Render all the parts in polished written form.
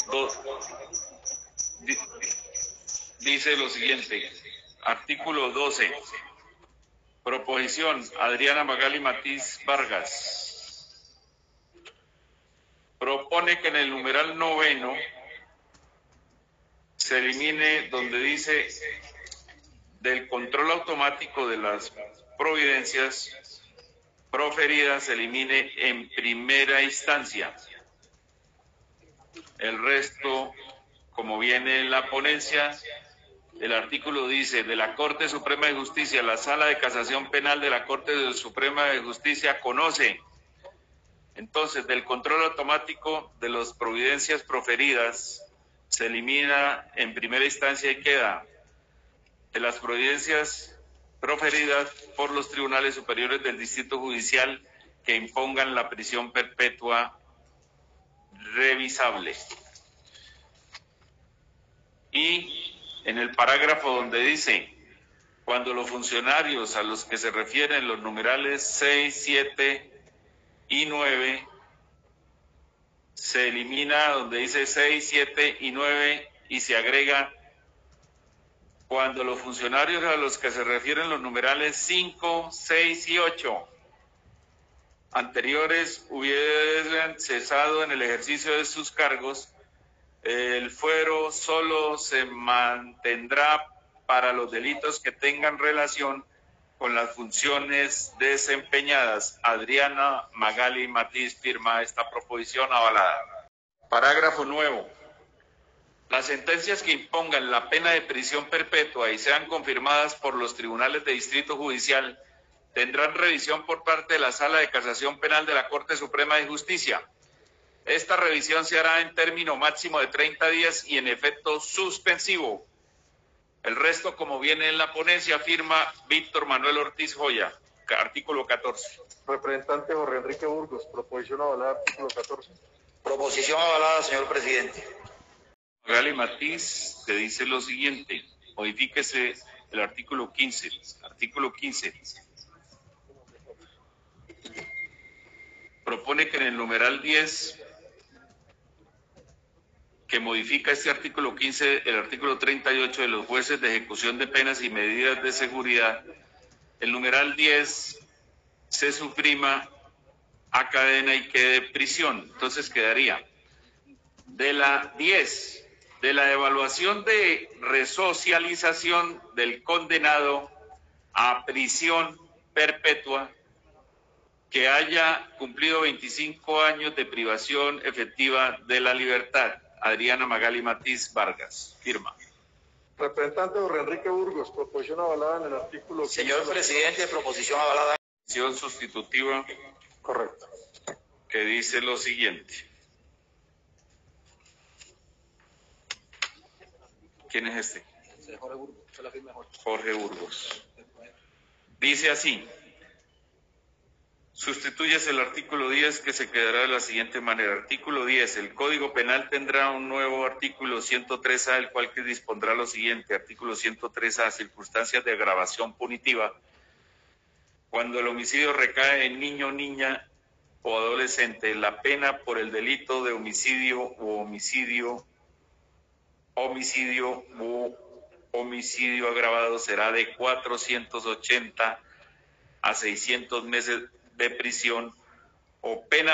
di- dice lo siguiente, artículo 12, proposición Adriana Magali Matiz Vargas. Propone que en el numeral 9 se elimine donde dice del control automático de las providencias proferidas, se elimine en primera instancia. El resto, como viene en la ponencia, el artículo dice, de la Corte Suprema de Justicia, la Sala de Casación Penal de la Corte Suprema de Justicia conoce. Entonces, del control automático de las providencias proferidas, se elimina en primera instancia y queda de las providencias proferidas por los tribunales superiores del Distrito Judicial que impongan la prisión perpetua revisable. Y en el parágrafo donde dice, cuando los funcionarios a los que se refieren los numerales 6, 7 y 9, se elimina donde dice 6, 7 y 9 y se agrega cuando los funcionarios a los que se refieren los numerales 5, 6 y 8 anteriores hubieran cesado en el ejercicio de sus cargos, el fuero solo se mantendrá para los delitos que tengan relación con las funciones desempeñadas. Adriana Magali Matiz firma esta proposición avalada. Parágrafo nuevo. Las sentencias que impongan la pena de prisión perpetua y sean confirmadas por los tribunales de distrito judicial tendrán revisión por parte de la Sala de Casación Penal de la Corte Suprema de Justicia. Esta revisión se hará en término máximo de 30 días y en efecto suspensivo. El resto, como viene en la ponencia, firma Víctor Manuel Ortiz Joya, artículo 14. Representante Jorge Enrique Burgos, proposición avalada, artículo 14. Proposición avalada, señor presidente. Magali Matiz te dice lo siguiente, modifíquese el artículo 15. Artículo 15. Propone que en el numeral 10, que modifica este artículo 15, el artículo 38 de los jueces de ejecución de penas y medidas de seguridad, el numeral 10 se suprima a cadena y quede prisión. Entonces quedaría de la 10, de la evaluación de resocialización del condenado a prisión perpetua que haya cumplido 25 años de privación efectiva de la libertad. Adriana Magali Matiz Vargas, firma. Representante Jorge Enrique Burgos, proposición avalada en el artículo 15. Señor presidente, proposición avalada. Sustitutiva. Correcto. Que dice lo siguiente. ¿Quién es este? Jorge Burgos, se la firma Jorge. Jorge Burgos. Dice así. Sustituyes el artículo 10 que se quedará de la siguiente manera. Artículo 10. El Código Penal tendrá un nuevo artículo 103A, el cual que dispondrá lo siguiente. Artículo 103A. Circunstancias de agravación punitiva. Cuando el homicidio recae en niño, niña o adolescente, la pena por el delito de homicidio u homicidio agravado será de 480 a 600 meses de prisión o pena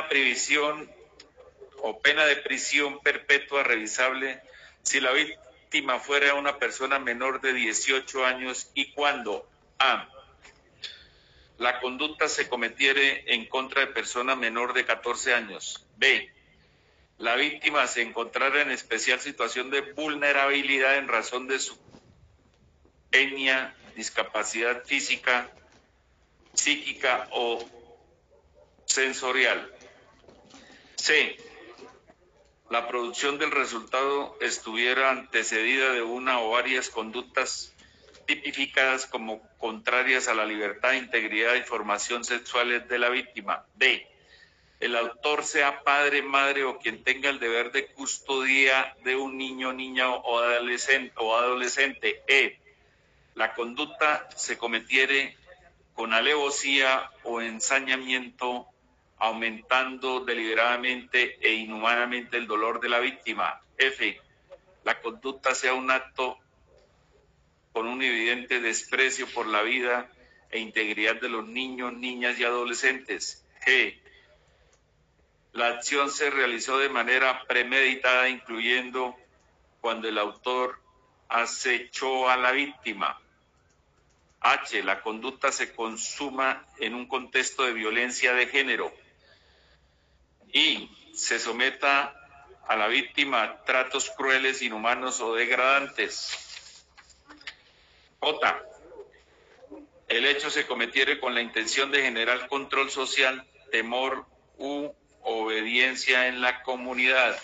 de prisión perpetua revisable si la víctima fuera una persona menor de 18 años y cuando a. la conducta se cometiere en contra de persona menor de 14 años, b. la víctima se encontrara en especial situación de vulnerabilidad en razón de su etnia, discapacidad física, psíquica o sensorial. C. La producción del resultado estuviera antecedida de una o varias conductas tipificadas como contrarias a la libertad, integridad y formación sexuales de la víctima. D. El autor sea padre, madre o quien tenga el deber de custodia de un niño, niña o adolescente. E. La conducta se cometiere con alevosía o ensañamiento, aumentando deliberadamente e inhumanamente el dolor de la víctima. F. La conducta sea un acto con un evidente desprecio por la vida e integridad de los niños, niñas y adolescentes. G. La acción se realizó de manera premeditada, incluyendo cuando el autor acechó a la víctima. H. La conducta se consuma en un contexto de violencia de género. I. Se someta a la víctima a tratos crueles, inhumanos o degradantes. J. El hecho se cometiere con la intención de generar control social, temor u obediencia en la comunidad.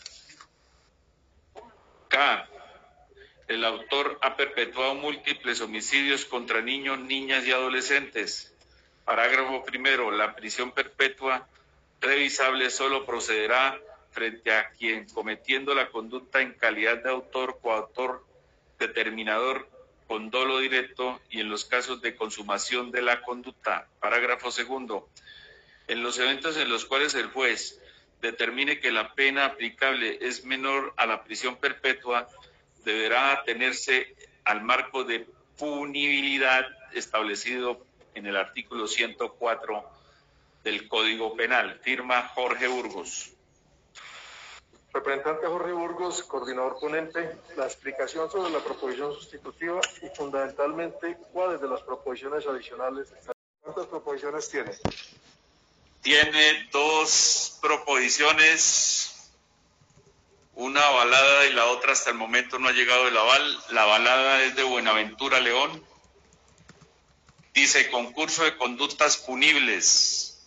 K. El autor ha perpetuado múltiples homicidios contra niños, niñas y adolescentes. Parágrafo primero. La prisión perpetua revisable solo procederá frente a quien, cometiendo la conducta en calidad de autor, coautor, determinador, con dolo directo y en los casos de consumación de la conducta. Parágrafo segundo. En los eventos en los cuales el juez determine que la pena aplicable es menor a la prisión perpetua, deberá atenerse al marco de punibilidad establecido en el artículo 104 del Código Penal. Firma Jorge Burgos. Representante Jorge Burgos, coordinador ponente, la explicación sobre la proposición sustitutiva y fundamentalmente cuáles de las proposiciones adicionales. ¿Cuántas proposiciones tiene? Tiene dos proposiciones, una avalada y la otra hasta el momento no ha llegado el aval. La avalada es de Buenaventura León. Dice concurso de conductas punibles.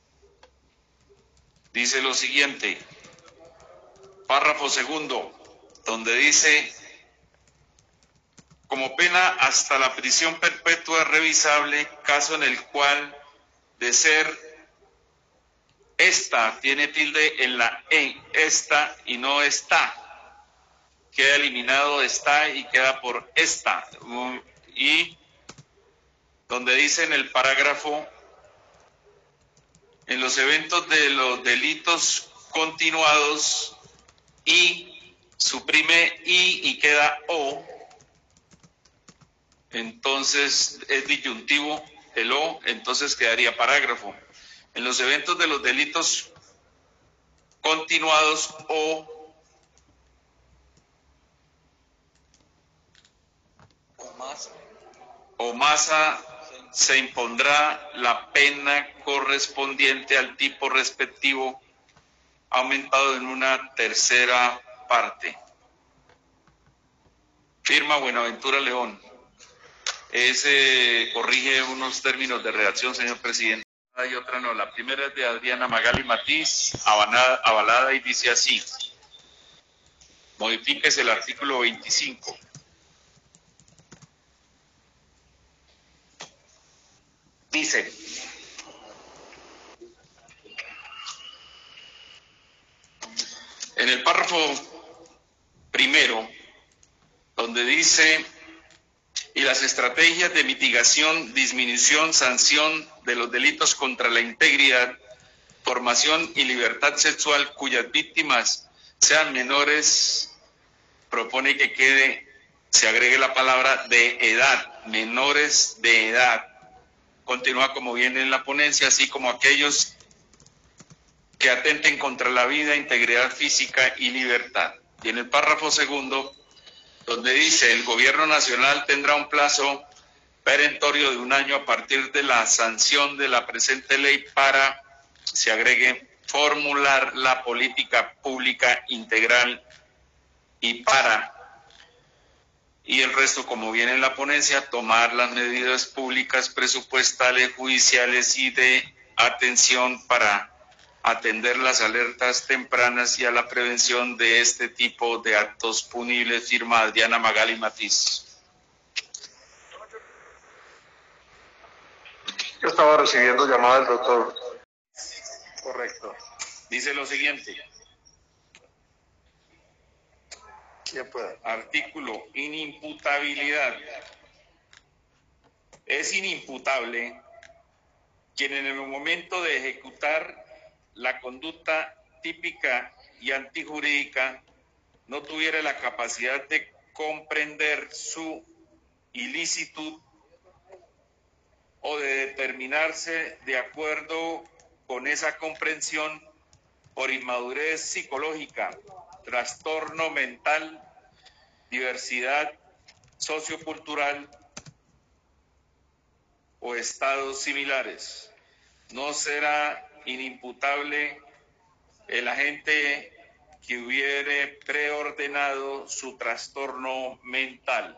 Dice lo siguiente, párrafo segundo, donde dice, como pena hasta la prisión perpetua revisable, caso en el cual de ser esta tiene tilde en la E, esta y no está. Queda eliminado está y queda por esta. Y donde dice en el parágrafo, en los eventos de los delitos continuados, y suprime y queda o, entonces es disyuntivo el o, entonces quedaría parágrafo. En los eventos de los delitos continuados o masa se impondrá la pena correspondiente al tipo respectivo, aumentado en una tercera parte. Firma Buenaventura León. Ese corrige unos términos de redacción, señor presidente. Y otra no. La primera es de Adriana Magali Matiz, avalada y dice así. Modifíquese el artículo 25. Dice, en el párrafo primero, donde dice, y las estrategias de mitigación, disminución, sanción de los delitos contra la integridad, formación y libertad sexual cuyas víctimas sean menores, propone que se agregue la palabra de edad, menores de edad. Continúa como viene en la ponencia, así como aquellos que atenten contra la vida, integridad física y libertad. Y en el párrafo segundo, donde dice, el gobierno nacional tendrá un plazo perentorio de 1 año a partir de la sanción de la presente ley para, se agregue, formular la política pública integral y el resto, como viene en la ponencia, tomar las medidas públicas, presupuestales, judiciales y de atención para atender las alertas tempranas y a la prevención de este tipo de actos punibles. Firma Adriana Magali Matiz. Yo estaba recibiendo llamada del doctor. Correcto. Dice lo siguiente. ¿Quién puede? Artículo, inimputabilidad. Es inimputable quien en el momento de ejecutar la conducta típica y antijurídica no tuviera la capacidad de comprender su ilicitud o de determinarse de acuerdo con esa comprensión por inmadurez psicológica, trastorno mental, diversidad sociocultural o estados similares. No será inimputable el agente que hubiere preordenado su trastorno mental.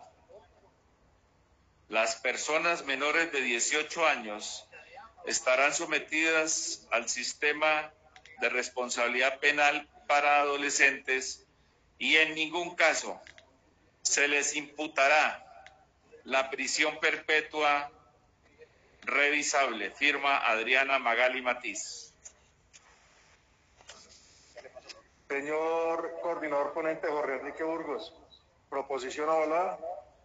Las personas menores de 18 años estarán sometidas al sistema de responsabilidad penal para adolescentes y en ningún caso se les imputará la prisión perpetua revisable. Firma Adriana Magali Matiz. Señor coordinador ponente Jorge Enrique Burgos, proposición avalada.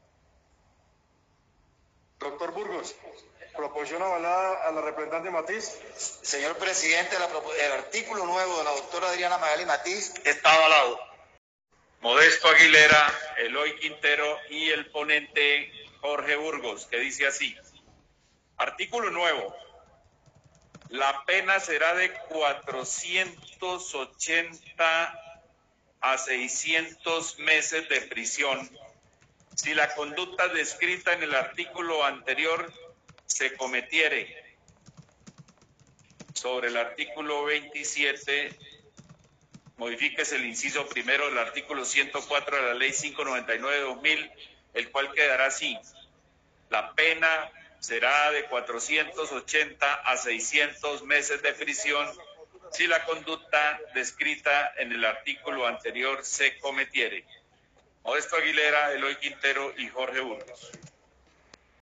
Doctor Burgos, proposición avalada a la representante Matiz. Señor presidente, el artículo nuevo de la doctora Adriana Magali Matiz Está avalado. Modesto Aguilera, Eloy Quintero y el ponente Jorge Burgos, que dice así. Artículo nuevo. La pena será de 480 a 600 meses de prisión si la conducta descrita en el artículo anterior se cometiere. Sobre el artículo 27, modifíquese el inciso primero del artículo 104 de la Ley 599 de 2000, el cual quedará así. La pena será de 480 a 600 meses de prisión si la conducta descrita en el artículo anterior se cometiere. Modesto Aguilera, Eloy Quintero y Jorge Burgos.